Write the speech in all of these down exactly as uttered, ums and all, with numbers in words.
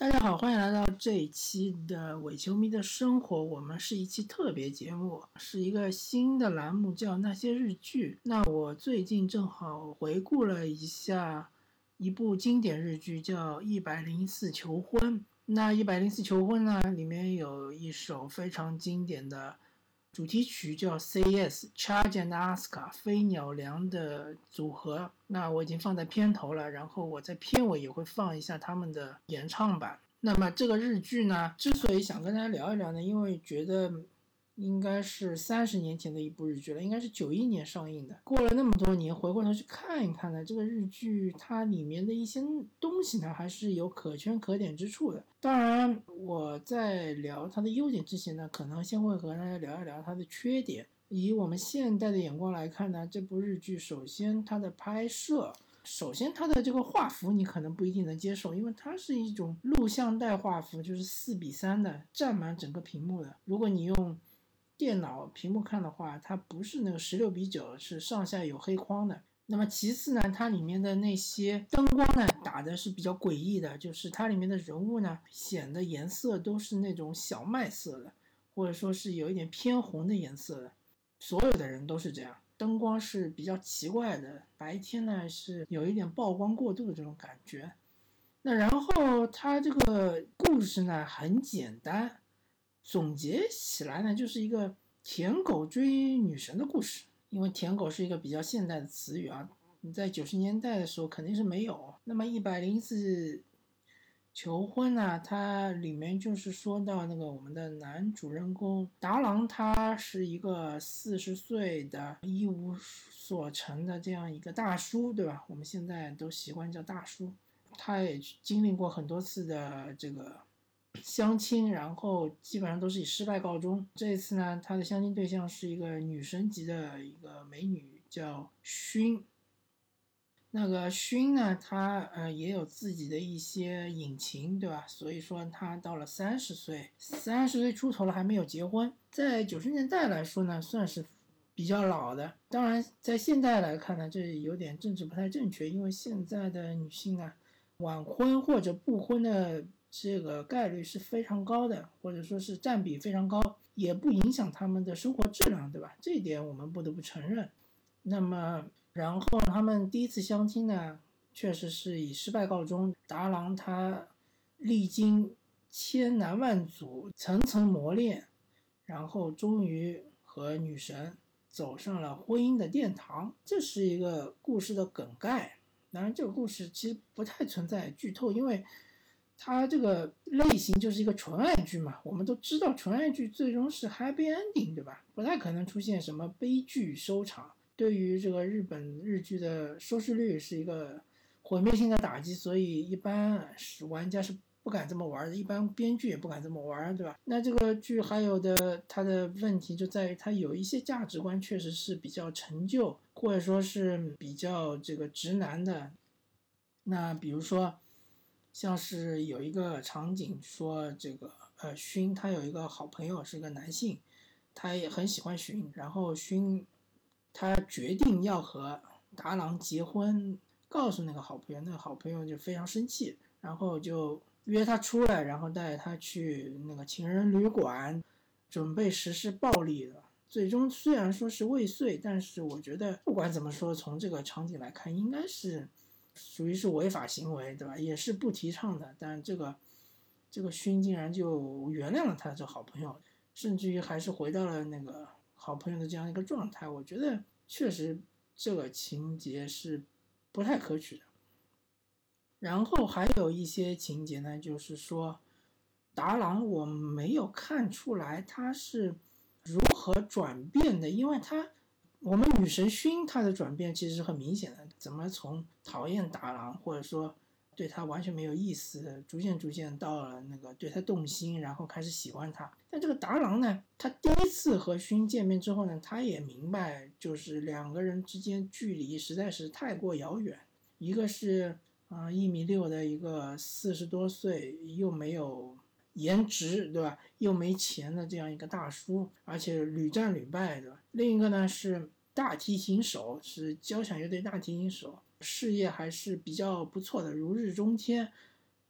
大家好，欢迎来到这一期的伪球迷的生活。我们是一期特别节目，是一个新的栏目，叫那些日剧。那我最近正好回顾了一下一部经典日剧，叫《一百零四求婚》。那《一百零四求婚》呢，里面有一首非常经典的主题曲，叫 Say Yes Charge and Asuka 飞鸟良的组合。那我已经放在片头了，然后我在片尾也会放一下他们的演唱版。那么这个日剧呢，之所以想跟大家聊一聊呢，因为觉得应该是三十年前的一部日剧了，应该是九一年上映的。过了那么多年，回过头去看一看呢，这个日剧它里面的一些东西呢，还是有可圈可点之处的。当然，我在聊它的优点之前呢，可能先会和大家聊一聊它的缺点。以我们现代的眼光来看呢，这部日剧首先它的拍摄。首先它的这个画幅你可能不一定能接受，因为它是一种录像带画幅，就是四比三的，占满整个屏幕的。如果你用电脑屏幕看的话，它不是那个十六比九，是上下有黑框的。那么其次呢，它里面的那些灯光呢打的是比较诡异的，就是它里面的人物呢显得颜色都是那种小麦色的，或者说是有一点偏红的颜色的，所有的人都是这样。灯光是比较奇怪的，白天呢是有一点曝光过度的这种感觉。那然后它这个故事呢很简单，总结起来呢就是一个舔狗追女神的故事。因为舔狗是一个比较现代的词语啊，你在九十年代的时候肯定是没有。那么一百零四求婚呢，它里面就是说到那个我们的男主人公达郎，他是一个四十岁的一无所成的这样一个大叔，对吧？我们现在都习惯叫大叔。他也经历过很多次的这个相亲，然后基本上都是以失败告终。这一次呢，他的相亲对象是一个女神级的一个美女，叫薰。那个薰呢，他呃也有自己的一些隐情，对吧？所以说他到了三十岁，三十岁出头了还没有结婚，在九十年代来说呢，算是比较老的。当然，在现代来看呢，这有点政治不太正确，因为现在的女性呢，晚婚或者不婚的这个概率是非常高的，或者说是占比非常高，也不影响他们的生活质量，对吧？这一点我们不得不承认。那么然后他们第一次相亲呢，确实是以失败告终。达郎他历经千难万阻，层层磨练，然后终于和女神走上了婚姻的殿堂。这是一个故事的梗概。当然这个故事其实不太存在剧透，因为它这个类型就是一个纯爱剧嘛，我们都知道纯爱剧最终是 happy ending， 对吧？不太可能出现什么悲剧收场。对于这个日本日剧的收视率是一个毁灭性的打击，所以一般是玩家是不敢这么玩的，一般编剧也不敢这么玩，对吧？那这个剧还有的它的问题就在于它有一些价值观确实是比较陈旧，或者说是比较这个直男的。那比如说像是有一个场景说这个呃薰他有一个好朋友是个男性，他也很喜欢薰，然后薰他决定要和达郎结婚，告诉那个好朋友，那个好朋友就非常生气，然后就约他出来，然后带他去那个情人旅馆，准备实施暴力的。最终虽然说是未遂，但是我觉得不管怎么说，从这个场景来看，应该是属于是违法行为，对吧？也是不提倡的。但这个这个薰竟然就原谅了他这好朋友，甚至于还是回到了那个好朋友的这样一个状态。我觉得确实这个情节是不太可取的。然后还有一些情节呢，就是说达郎我没有看出来他是如何转变的，因为他我们女神薰她的转变其实是很明显的，怎么从讨厌达郎或者说对他完全没有意思，逐渐逐渐到了那个对他动心，然后开始喜欢他。但这个达郎呢，他第一次和薰见面之后呢，他也明白就是两个人之间距离实在是太过遥远，一个是啊一米六的一个四十多岁又没有颜值，对吧？又没钱的这样一个大叔，而且屡战屡败的。另一个呢是大提琴手，是交响乐队大提琴手，事业还是比较不错的，如日中天。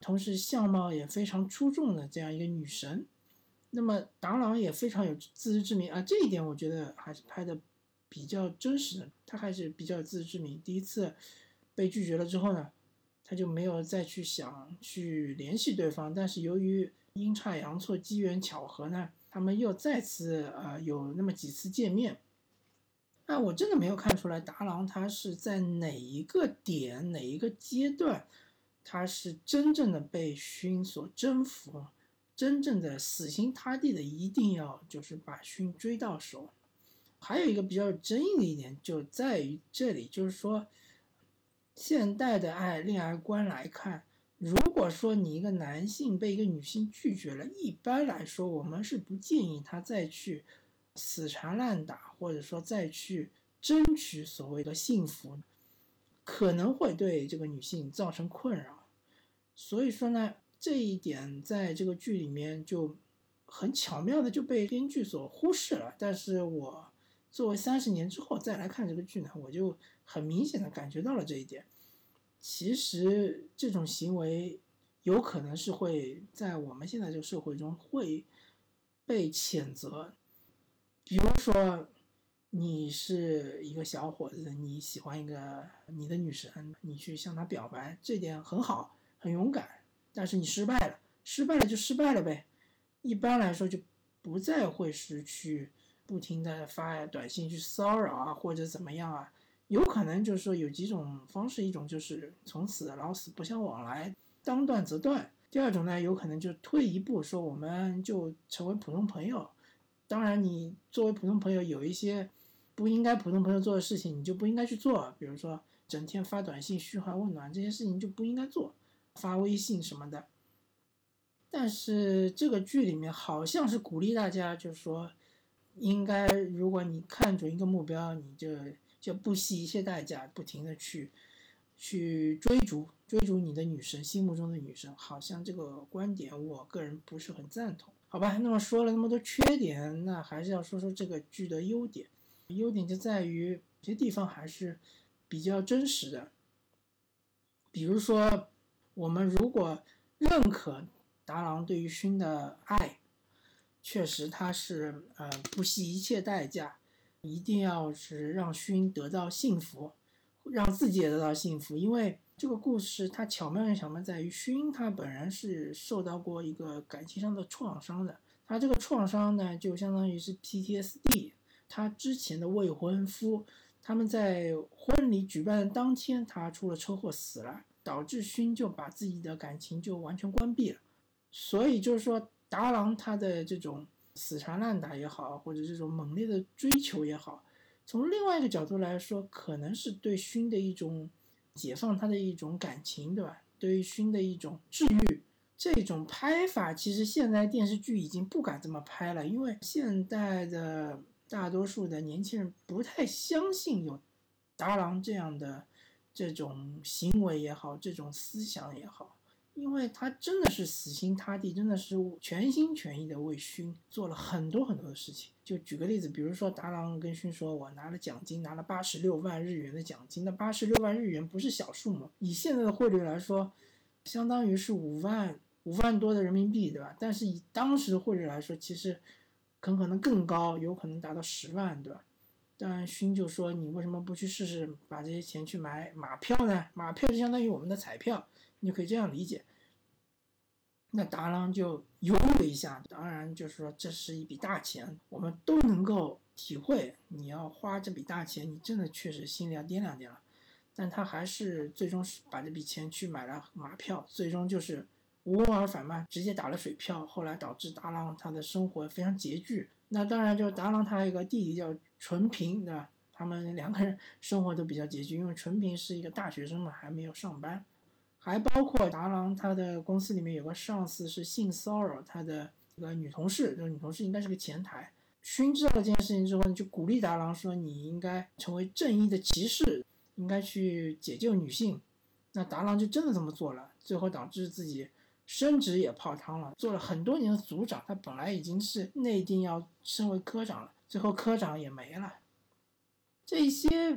同时相貌也非常出众的这样一个女神。那么达郎也非常有自知之明啊，这一点我觉得还是拍的比较真实的，他还是比较有自知之明。第一次被拒绝了之后呢，他就没有再去想去联系对方，但是由于阴差阳错机缘巧合呢，他们又再次呃有那么几次见面。那我真的没有看出来达郎他是在哪一个点哪一个阶段他是真正的被薰所征服，真正的死心塌地的一定要就是把薰追到手。还有一个比较有争议的一点就在于这里，就是说现代的爱恋爱观来看，如果说你一个男性被一个女性拒绝了，一般来说我们是不建议他再去死缠烂打，或者说再去争取所谓的幸福，可能会对这个女性造成困扰。所以说呢，这一点在这个剧里面就很巧妙的就被编剧所忽视了。但是我作为三十年之后再来看这个剧呢，我就很明显的感觉到了这一点。其实这种行为有可能是会在我们现在这个社会中会被谴责。比如说你是一个小伙子，你喜欢一个你的女神，你去向她表白，这点很好很勇敢，但是你失败了，失败了就失败了呗。一般来说就不再会是去不停的发短信去骚扰啊，或者怎么样啊。有可能就是说有几种方式，一种就是从此老死不相往来，当断则断。第二种呢，有可能就退一步说我们就成为普通朋友。当然你作为普通朋友有一些不应该普通朋友做的事情你就不应该去做，比如说整天发短信嘘寒问暖，这些事情就不应该做，发微信什么的。但是这个剧里面好像是鼓励大家，就是说应该如果你看准一个目标，你就就不惜一切代价不停的去去追逐追逐你的女神，心目中的女神。好像这个观点我个人不是很赞同。好吧，那么说了那么多缺点，那还是要说说这个剧的优点。优点就在于有些地方还是比较真实的。比如说我们如果认可达郎对于薰的爱，确实他是呃不惜一切代价，一定要是让薰得到幸福，让自己也得到幸福。因为这个故事它巧妙的巧妙在于薰他本人是受到过一个感情上的创伤的，他这个创伤呢就相当于是 P T S D。 他之前的未婚夫他们在婚礼举办的当天他出了车祸死了，导致薰就把自己的感情就完全关闭了。所以就是说达郎他的这种死缠烂打也好，或者这种猛烈的追求也好，从另外一个角度来说可能是对薰的一种解放，他的一种感情，对吧？对于薰的一种治愈。这种拍法其实现在电视剧已经不敢这么拍了，因为现代的大多数的年轻人不太相信有达郎这样的这种行为也好，这种思想也好，因为他真的是死心塌地，真的是全心全意的为薰做了很多很多的事情。就举个例子，比如说达郎跟薰说我拿了奖金，拿了八十六万日元的奖金，那八十六万日元不是小数目，以现在的汇率来说相当于是五万五万多的人民币，对吧？但是以当时的汇率来说其实很可能更高，有可能达到十万，对吧？但薰就说你为什么不去试试把这些钱去买马票呢？马票就相当于我们的彩票，你就可以这样理解。那达郎就犹豫了一下，当然就是说这是一笔大钱，我们都能够体会你要花这笔大钱，你真的确实心里要掂量掂量。但他还是最终是把这笔钱去买了马票，最终就是无功而返嘛，直接打了水漂。后来导致达郎他的生活非常拮据。那当然就是达郎他有一个弟弟叫纯平，对吧？他们两个人生活都比较拮据，因为纯平是一个大学生嘛，还没有上班。还包括达郎他的公司里面有个上司是性骚扰他的一个女同事，这个女同事应该是个前台。薰知道了这件事情之后，就鼓励达郎说你应该成为正义的骑士，应该去解救女性。那达郎就真的这么做了，最后导致自己升职也泡汤了，做了很多年的组长，他本来已经是内定要升为科长了，最后科长也没了。这些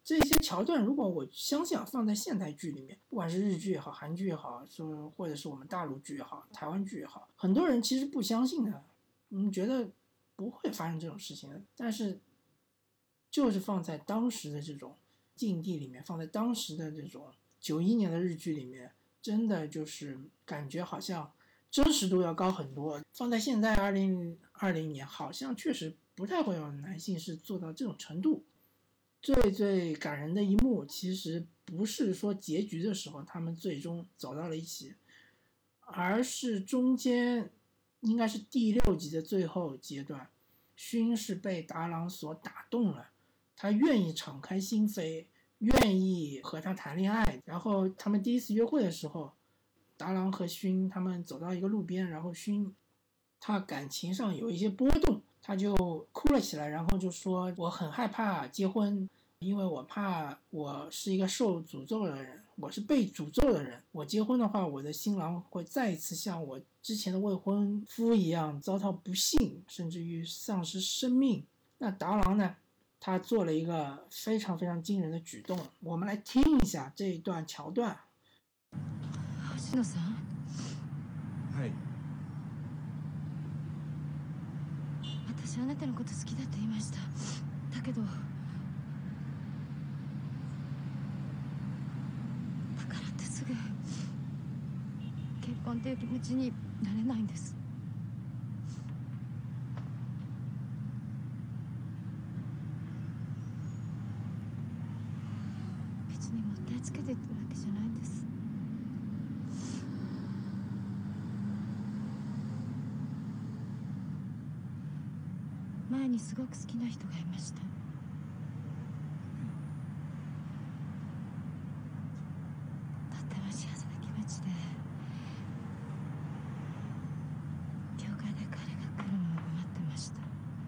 这些桥段，如果我相信啊，放在现代剧里面，不管是日剧也好，韩剧也好，说或者是我们大陆剧也好，台湾剧也好，很多人其实不相信的，嗯，觉得不会发生这种事情的。但是，就是放在当时的这种境地里面，放在当时的这种九一年的日剧里面，真的就是感觉好像真实度要高很多。放在现在二零二零年，好像确实不太会有男性是做到这种程度。最最感人的一幕，其实不是说结局的时候他们最终走到了一起，而是中间应该是第六集的最后阶段，薰是被达郎所打动了，他愿意敞开心扉，愿意和他谈恋爱。然后他们第一次约会的时候，达郎和薰他们走到一个路边，然后薰他感情上有一些波动，他就哭了起来，然后就说我很害怕结婚，因为我怕我是一个受诅咒的人，我是被诅咒的人，我结婚的话，我的新郎会再一次像我之前的未婚夫一样遭到不幸，甚至于丧失生命。那达郎呢，他做了一个非常非常惊人的举动，我们来听一下这一段桥段。 星野さん、 はい。 私あなたのこと好きだって言いました。だけど、だからってすぐ結婚っていう気持ちになれないんです。別にもったいつけて言ってるわけじゃないんです。前にすごく好きな人がいました。とっても幸せな気持ちで、教会で彼が来るのを待ってました。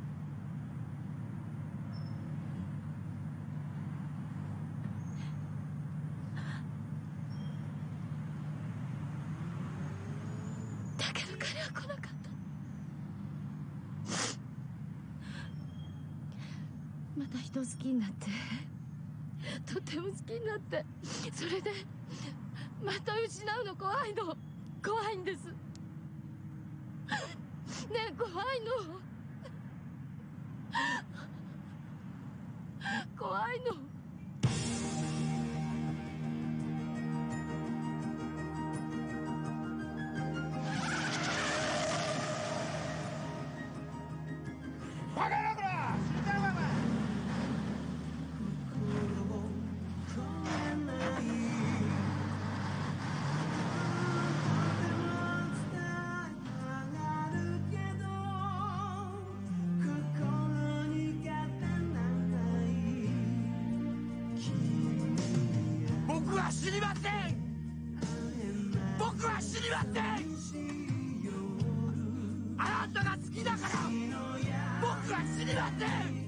だけど彼は来なかった。また人を好きになって、とっても好きになって、それでまた失うの怖いの、怖いんです。ねえ、怖いの、怖いの。 バカ野郎こら！死んだのかお前！僕は死にません！僕は死にません！あなたが好きだから僕は死にません！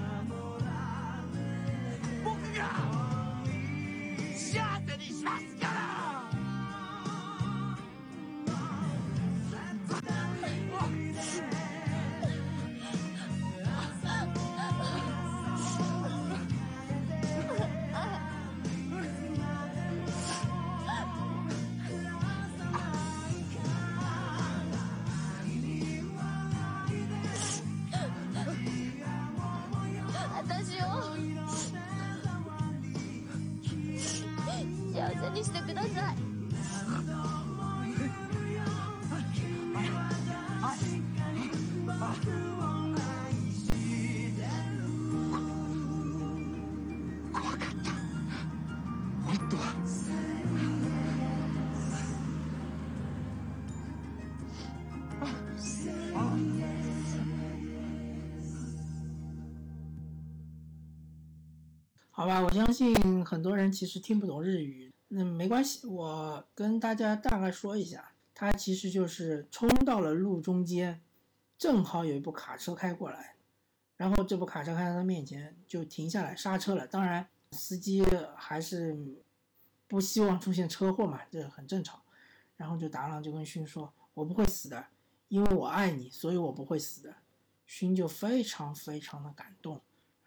僕が幸せにしますから！ 私を幸せにしてください。 怖かった。本当は。 好吧，我相信很多人其实听不懂日语，那没关系，我跟大家大概说一下，他其实就是冲到了路中间，正好有一部卡车开过来，然后这部卡车开到他面前就停下来刹车了。当然，司机还是不希望出现车祸嘛，这很正常。然后就达郎就跟薰说：“我不会死的，因为我爱你，所以我不会死的。”薰就非常非常的感动。然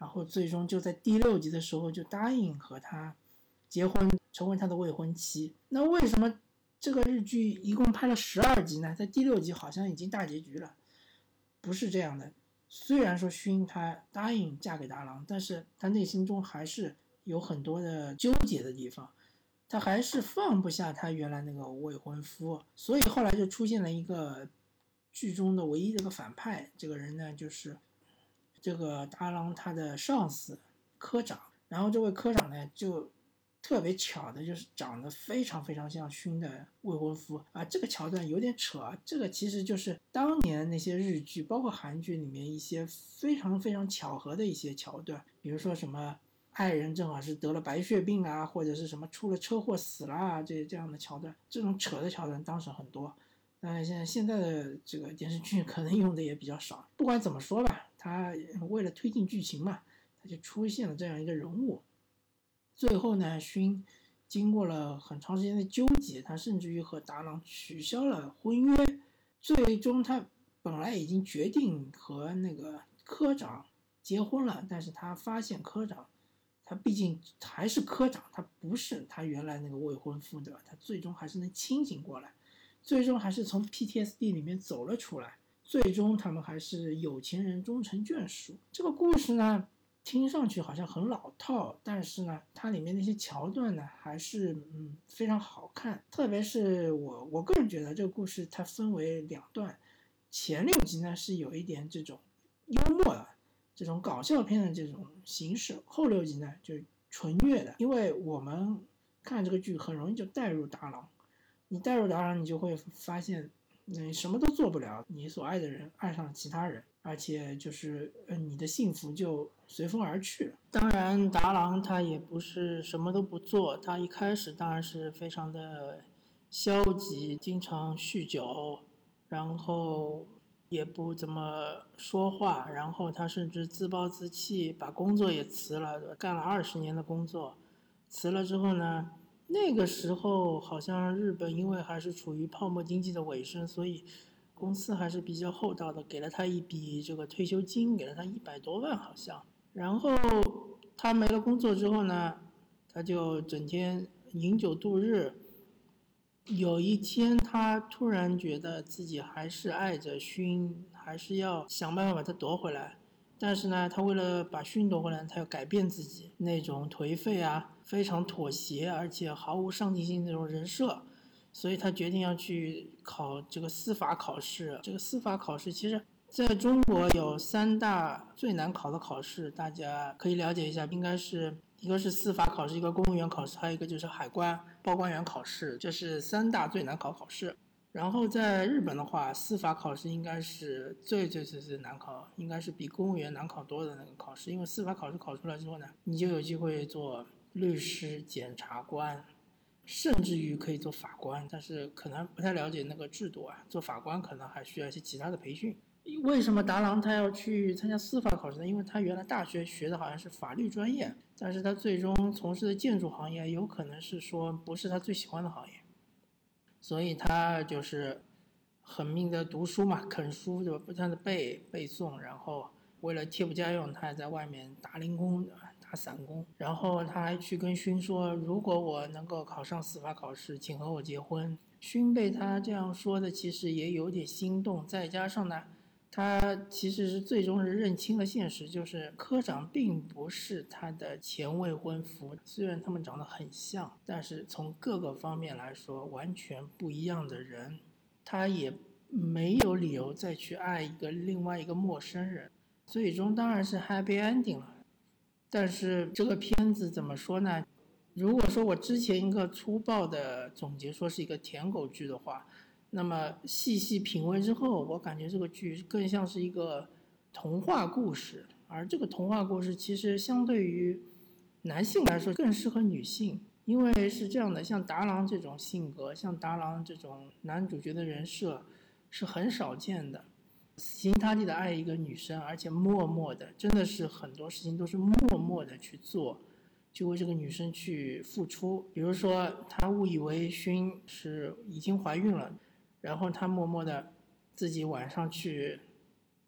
然后最终就在第六集的时候就答应和他结婚，成为他的未婚妻。那为什么这个日剧一共拍了十二集呢？在第六集好像已经大结局了。不是这样的，虽然说薰她答应嫁给达郎，但是她内心中还是有很多的纠结的地方，她还是放不下她原来那个未婚夫，所以后来就出现了一个剧中的唯一的一个反派，这个人呢就是这个达郎他的上司科长，然后这位科长呢就特别巧的就是长得非常非常像薰的未婚夫啊，这个桥段有点扯啊，这个其实就是当年那些日剧包括韩剧里面一些非常非常巧合的一些桥段，比如说什么爱人正好是得了白血病啊，或者是什么出了车祸死了啊，这这样的桥段，这种扯的桥段当时很多。当然现在现在的这个电视剧可能用的也比较少。不管怎么说吧，他为了推进剧情嘛，他就出现了这样一个人物。最后呢，薰经过了很长时间的纠结，他甚至于和达郎取消了婚约。最终他本来已经决定和那个科长结婚了，但是他发现科长他毕竟还是科长，他不是他原来那个未婚夫，对吧？他最终还是能清醒过来，最终还是从 P T S D 里面走了出来，最终他们还是有情人终成眷属。这个故事呢听上去好像很老套，但是呢它里面那些桥段呢还是嗯非常好看。特别是我我个人觉得这个故事它分为两段，前六集呢是有一点这种幽默的这种搞笑片的这种形式，后六集呢就纯虐的。因为我们看这个剧很容易就带入达郎，你带入达郎你就会发现你什么都做不了，你所爱的人爱上了其他人，而且就是呃你的幸福就随风而去了。当然达郎他也不是什么都不做，他一开始当然是非常的消极，经常酗酒，然后也不怎么说话，然后他甚至自暴自弃，把工作也辞了，干了二十年的工作，辞了之后呢，那个时候好像日本因为还是处于泡沫经济的尾声，所以公司还是比较厚道的，给了他一笔这个退休金，给了他一百多万好像。然后他没了工作之后呢，他就整天饮酒度日。有一天他突然觉得自己还是爱着薰，还是要想办法把他夺回来。但是呢，他为了把薰夺回来，他要改变自己那种颓废啊、非常妥协而且毫无上进心的那种人设，所以他决定要去考这个司法考试。这个司法考试其实在中国有三大最难考的考试，大家可以了解一下，应该是一个是司法考试，一个公务员考试，还有一个就是海关报关员考试，这是三大最难考考试。然后在日本的话，司法考试应该是最最最最难考，应该是比公务员难考多的那个考试。因为司法考试考出来之后呢，你就有机会做律师、检察官，甚至于可以做法官，但是可能不太了解那个制度啊。做法官可能还需要一些其他的培训。为什么达郎他要去参加司法考试呢？因为他原来大学学的好像是法律专业，但是他最终从事的建筑行业有可能是说不是他最喜欢的行业。所以他就是狠命的读书嘛，啃书就不断的背背诵，然后为了贴补家用，他还在外面打零工、打散工。然后他还去跟薰说，如果我能够考上司法考试，请和我结婚。薰被他这样说的，其实也有点心动。再加上呢，他其实是最终是认清了现实，就是科长并不是他的前未婚夫，虽然他们长得很像，但是从各个方面来说完全不一样的人，他也没有理由再去爱一个另外一个陌生人。最终当然是 happy ending 了。但是这个片子怎么说呢？如果说我之前一个粗暴的总结说是一个舔狗剧的话，那么细细品味之后，我感觉这个剧更像是一个童话故事，而这个童话故事其实相对于男性来说更适合女性。因为是这样的，像达郎这种性格，像达郎这种男主角的人设是很少见的，死心塌地的爱一个女生，而且默默的，真的是很多事情都是默默的去做，就为这个女生去付出。比如说他误以为薰是已经怀孕了，然后他默默的自己晚上去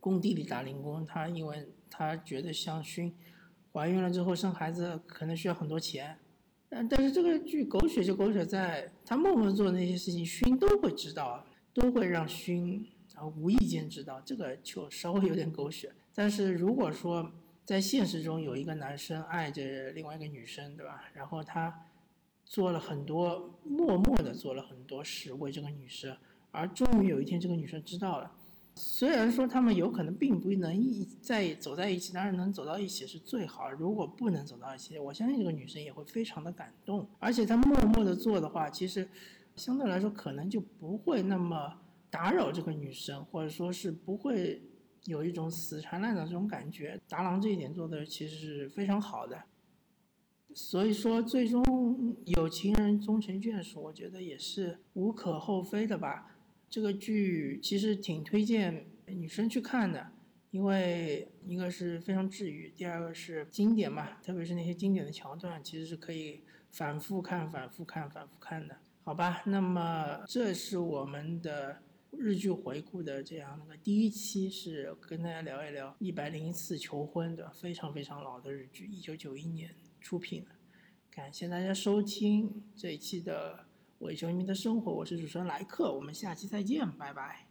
工地里打零工，她因为她觉得香薰怀孕了之后生孩子可能需要很多钱，但但是这个剧狗血就狗血在她默默做的那些事情，薰都会知道，都会让薰啊无意间知道，这个就稍微有点狗血。但是如果说在现实中有一个男生爱着另外一个女生，对吧？然后他做了很多，默默的做了很多事为这个女生，而终于有一天这个女生知道了。虽然说他们有可能并不能一再走在一起，当然能走到一起是最好。如果不能走到一起，我相信这个女生也会非常的感动。而且她默默的做的话，其实相对来说可能就不会那么打扰这个女生，或者说是不会有一种死缠烂打这种感觉。达郎这一点做的其实是非常好的。所以说最终有情人终成眷属，我觉得也是无可厚非的吧。这个剧其实挺推荐女生去看的，因为一个是非常治愈，第二个是经典嘛，特别是那些经典的桥段其实是可以反复看反复看反复看的。好吧，那么这是我们的日剧回顾的这样的第一期，是跟大家聊一聊一百零一次求婚的非常非常老的日剧，一九九一年出品的。感谢大家收听这一期的伪球迷的生活，我是主持人莱克，我们下期再见，拜拜。